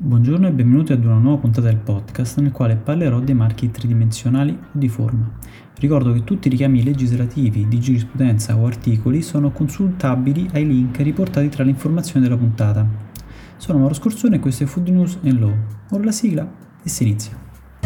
Buongiorno e benvenuti ad una nuova puntata del podcast nel quale parlerò dei marchi tridimensionali o di forma. Ricordo che tutti i richiami legislativi di giurisprudenza o articoli sono consultabili ai link riportati tra le informazioni della puntata. Sono Mauro Scorsone e questo è Food News & Law. Ora la sigla e si inizia.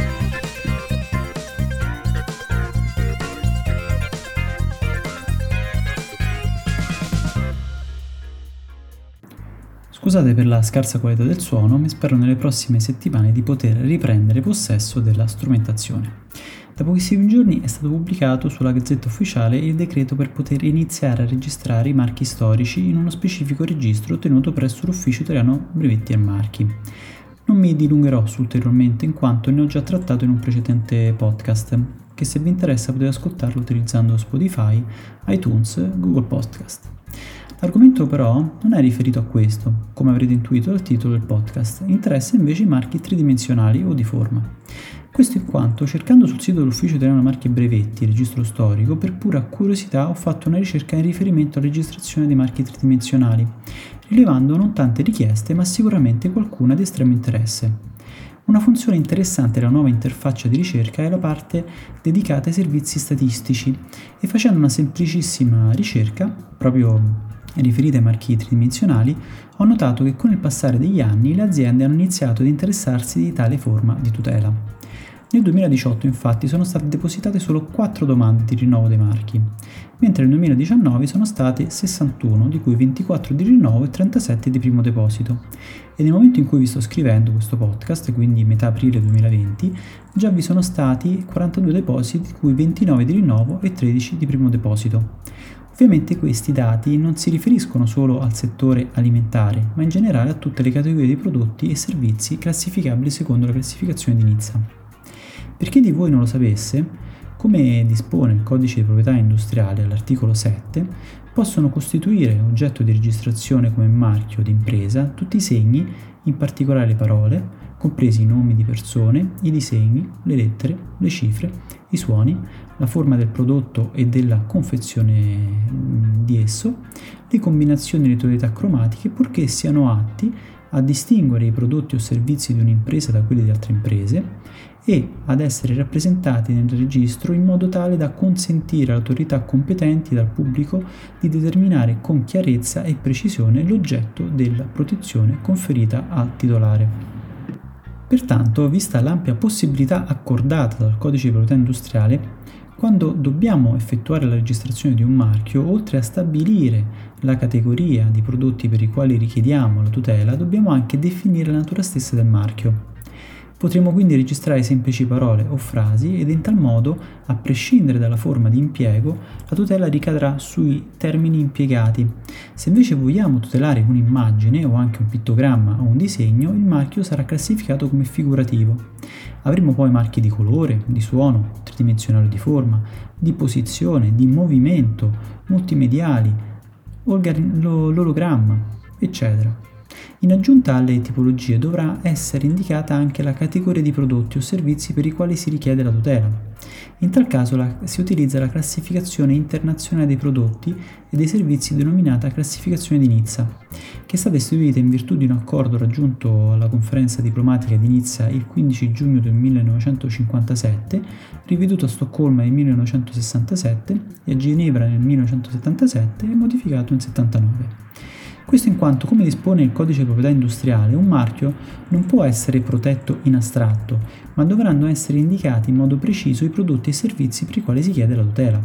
Scusate per la scarsa qualità del suono, ma spero nelle prossime settimane di poter riprendere possesso della strumentazione. Da pochissimi giorni è stato pubblicato sulla Gazzetta Ufficiale il decreto per poter iniziare a registrare i marchi storici in uno specifico registro tenuto presso l'Ufficio Italiano Brevetti e Marchi. Non mi dilungherò ulteriormente in quanto ne ho già trattato in un precedente podcast, che se vi interessa potete ascoltarlo utilizzando Spotify, iTunes, Google Podcast. L'argomento però non è riferito a questo, come avrete intuito dal titolo del podcast, interessa invece i marchi tridimensionali o di forma. Questo in quanto, cercando sul sito dell'Ufficio Italiano Marchi e Brevetti, registro storico, per pura curiosità ho fatto una ricerca in riferimento alla registrazione dei marchi tridimensionali, rilevando non tante richieste ma sicuramente qualcuna di estremo interesse. Una funzione interessante della nuova interfaccia di ricerca è la parte dedicata ai servizi statistici e facendo una semplicissima ricerca, proprio riferita ai marchi tridimensionali, ho notato che con il passare degli anni le aziende hanno iniziato ad interessarsi di tale forma di tutela. Nel 2018 infatti sono state depositate solo 4 domande di rinnovo dei marchi, mentre nel 2019 sono state 61, di cui 24 di rinnovo e 37 di primo deposito. E nel momento in cui vi sto scrivendo questo podcast, quindi metà aprile 2020, già vi sono stati 42 depositi, di cui 29 di rinnovo e 13 di primo deposito. Ovviamente questi dati non si riferiscono solo al settore alimentare, ma in generale a tutte le categorie di prodotti e servizi classificabili secondo la classificazione di Nizza. Per chi di voi non lo sapesse, come dispone il Codice di Proprietà Industriale all'articolo 7, possono costituire oggetto di registrazione come marchio d'impresa tutti i segni, in particolare le parole, compresi i nomi di persone, i disegni, le lettere, le cifre, i suoni, la forma del prodotto e della confezione di esso, le combinazioni e le tonalità cromatiche, purché siano atti a distinguere i prodotti o servizi di un'impresa da quelli di altre imprese e ad essere rappresentati nel registro in modo tale da consentire alle autorità competenti dal pubblico di determinare con chiarezza e precisione l'oggetto della protezione conferita al titolare. Pertanto, vista l'ampia possibilità accordata dal Codice di Proprietà Industriale, quando dobbiamo effettuare la registrazione di un marchio, oltre a stabilire la categoria di prodotti per i quali richiediamo la tutela, dobbiamo anche definire la natura stessa del marchio. Potremo quindi registrare semplici parole o frasi ed in tal modo, a prescindere dalla forma di impiego, la tutela ricadrà sui termini impiegati. Se invece vogliamo tutelare un'immagine o anche un pittogramma o un disegno, il marchio sarà classificato come figurativo. Avremo poi marchi di colore, di suono, tridimensionale di forma, di posizione, di movimento, multimediali, l'ologramma, eccetera. In aggiunta alle tipologie dovrà essere indicata anche la categoria di prodotti o servizi per i quali si richiede la tutela. In tal caso si utilizza la classificazione internazionale dei prodotti e dei servizi denominata classificazione di Nizza, che è stata istituita in virtù di un accordo raggiunto alla conferenza diplomatica di Nizza il 15 giugno del 1957, riveduto a Stoccolma nel 1967 e a Ginevra nel 1977 e modificato nel 1979. Questo in quanto, come dispone il Codice di Proprietà Industriale, un marchio non può essere protetto in astratto, ma dovranno essere indicati in modo preciso i prodotti e servizi per i quali si chiede la tutela.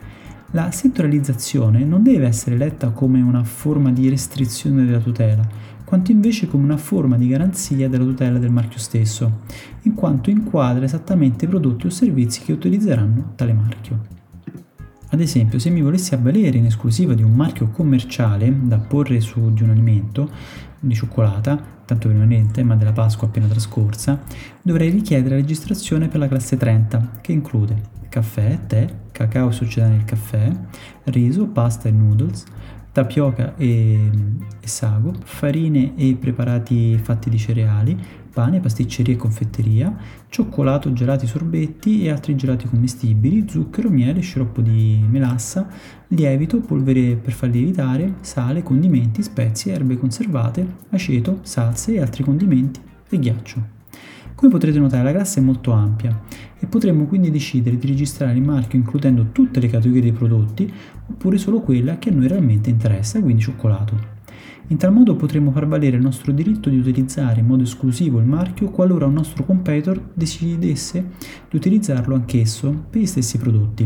La settorializzazione non deve essere letta come una forma di restrizione della tutela, quanto invece come una forma di garanzia della tutela del marchio stesso, in quanto inquadra esattamente i prodotti o servizi che utilizzeranno tale marchio. Ad esempio, se mi volessi avvalere in esclusiva di un marchio commerciale da porre su di un alimento, di cioccolata, tanto per venire in tema della Pasqua appena trascorsa, dovrei richiedere la registrazione per la classe 30, che include caffè, tè, cacao succedanei del caffè, riso, pasta e noodles, tapioca e sago, farine e preparati fatti di cereali, pane, pasticceria e confetteria, cioccolato, gelati, sorbetti e altri gelati commestibili, zucchero, miele, sciroppo di melassa, lievito, polvere per far lievitare, sale, condimenti, spezie, erbe conservate, aceto, salse e altri condimenti, e ghiaccio. Come potrete notare, la classe è molto ampia e potremmo quindi decidere di registrare il marchio includendo tutte le categorie dei prodotti oppure solo quella che a noi realmente interessa, quindi cioccolato. In tal modo potremo far valere il nostro diritto di utilizzare in modo esclusivo il marchio qualora un nostro competitor decidesse di utilizzarlo anch'esso per gli stessi prodotti.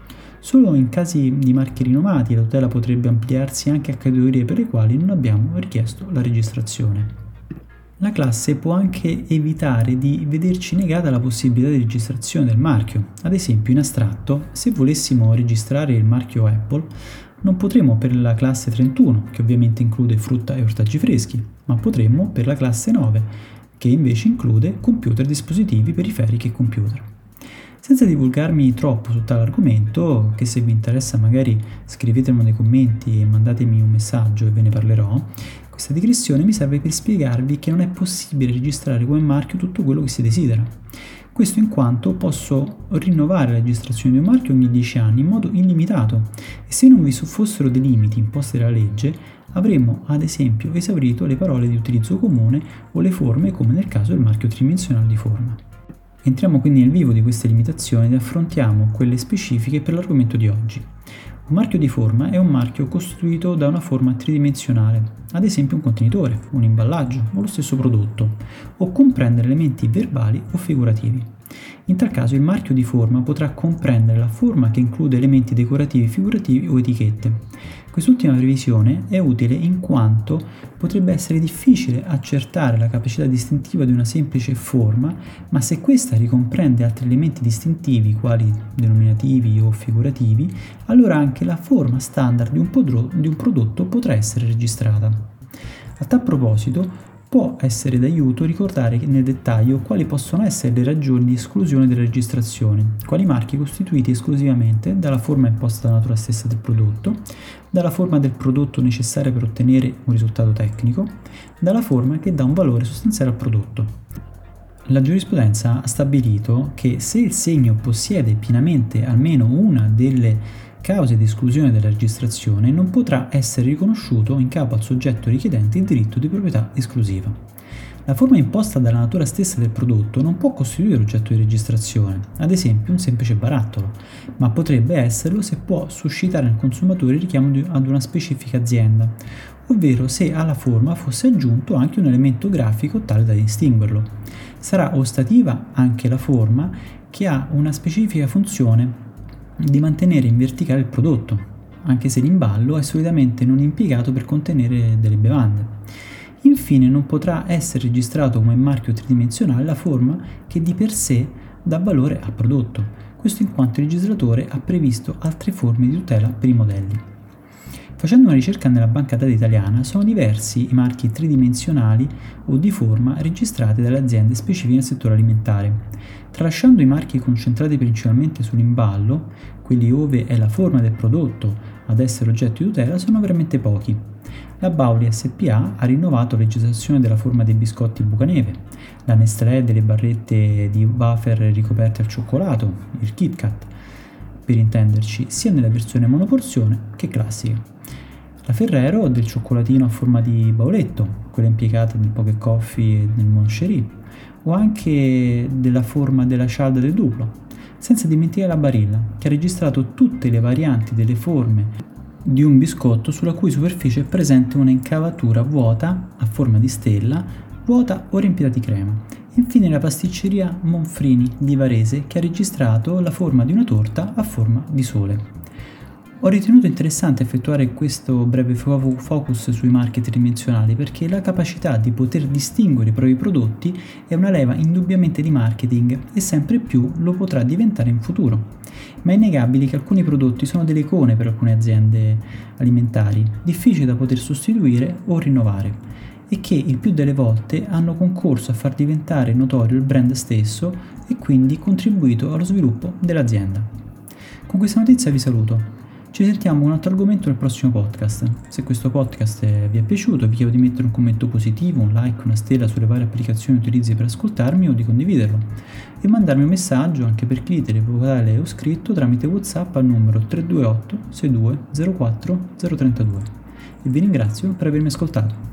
Solo in casi di marchi rinomati la tutela potrebbe ampliarsi anche a categorie per le quali non abbiamo richiesto la registrazione. La classe può anche evitare di vederci negata la possibilità di registrazione del marchio. Ad esempio, in astratto, se volessimo registrare il marchio Apple, non potremmo per la classe 31, che ovviamente include frutta e ortaggi freschi, ma potremmo per la classe 9, che invece include computer, dispositivi, periferiche e computer. Senza divulgarmi troppo su tale argomento, che se vi interessa magari scrivetemelo nei commenti e mandatemi un messaggio e ve ne parlerò, questa digressione mi serve per spiegarvi che non è possibile registrare come marchio tutto quello che si desidera. Questo in quanto posso rinnovare la registrazione di un marchio ogni 10 anni in modo illimitato e se non vi fossero dei limiti imposti dalla legge avremmo ad esempio esaurito le parole di utilizzo comune o le forme come nel caso del marchio tridimensionale di forma. Entriamo quindi nel vivo di queste limitazioni ed affrontiamo quelle specifiche per l'argomento di oggi. Un marchio di forma è un marchio costituito da una forma tridimensionale, ad esempio un contenitore, un imballaggio o lo stesso prodotto, o comprendere elementi verbali o figurativi. In tal caso il marchio di forma potrà comprendere la forma che include elementi decorativi, figurativi o etichette. Quest'ultima previsione è utile in quanto potrebbe essere difficile accertare la capacità distintiva di una semplice forma, ma se questa ricomprende altri elementi distintivi quali denominativi o figurativi, allora anche la forma standard di un prodotto potrà essere registrata. A tal proposito, può essere d'aiuto ricordare nel dettaglio quali possono essere le ragioni di esclusione della registrazione, quali marchi costituiti esclusivamente dalla forma imposta dalla natura stessa del prodotto, dalla forma del prodotto necessaria per ottenere un risultato tecnico, dalla forma che dà un valore sostanziale al prodotto. La giurisprudenza ha stabilito che se il segno possiede pienamente almeno una delle cause di esclusione della registrazione non potrà essere riconosciuto in capo al soggetto richiedente il diritto di proprietà esclusiva. La forma imposta dalla natura stessa del prodotto non può costituire oggetto di registrazione, ad esempio un semplice barattolo, ma potrebbe esserlo se può suscitare nel consumatore il richiamo ad una specifica azienda, ovvero se alla forma fosse aggiunto anche un elemento grafico tale da distinguerlo. Sarà ostativa anche la forma che ha una specifica funzione di mantenere in verticale il prodotto, anche se l'imballo è solitamente non impiegato per contenere delle bevande. Infine non potrà essere registrato come marchio tridimensionale la forma che di per sé dà valore al prodotto, questo in quanto il legislatore ha previsto altre forme di tutela per i modelli. Facendo una ricerca nella banca dati italiana sono diversi i marchi tridimensionali o di forma registrati dalle aziende specifiche nel settore alimentare. Tralasciando i marchi concentrati principalmente sull'imballo, quelli ove è la forma del prodotto ad essere oggetto di tutela sono veramente pochi. La Bauli SpA ha rinnovato la legislazione della forma dei biscotti Bucaneve, la Nestlé delle barrette di wafer ricoperte al cioccolato, il Kit Kat, per intenderci, sia nella versione monoporzione che classica. La Ferrero del cioccolatino a forma di bauletto, quella impiegata nel Pocket Coffee e nel Moncherie, o anche della forma della cialda del Duplo, senza dimenticare la Barilla, che ha registrato tutte le varianti delle forme di un biscotto sulla cui superficie è presente una incavatura vuota a forma di stella, vuota o riempita di crema. Infine la pasticceria Monfrini di Varese, che ha registrato la forma di una torta a forma di sole. Ho ritenuto interessante effettuare questo breve focus sui marchi tridimensionali perché la capacità di poter distinguere i propri prodotti è una leva indubbiamente di marketing e sempre più lo potrà diventare in futuro. Ma è innegabile che alcuni prodotti sono delle icone per alcune aziende alimentari, difficili da poter sostituire o rinnovare, e che il più delle volte hanno concorso a far diventare notorio il brand stesso e quindi contribuito allo sviluppo dell'azienda. Con questa notizia vi saluto. Ci sentiamo con un altro argomento nel prossimo podcast. Se questo podcast vi è piaciuto vi chiedo di mettere un commento positivo, un like, una stella sulle varie applicazioni che utilizzi per ascoltarmi o di condividerlo e mandarmi un messaggio anche per clickere, vocale o scritto tramite WhatsApp al numero 328 62 04 032 e vi ringrazio per avermi ascoltato.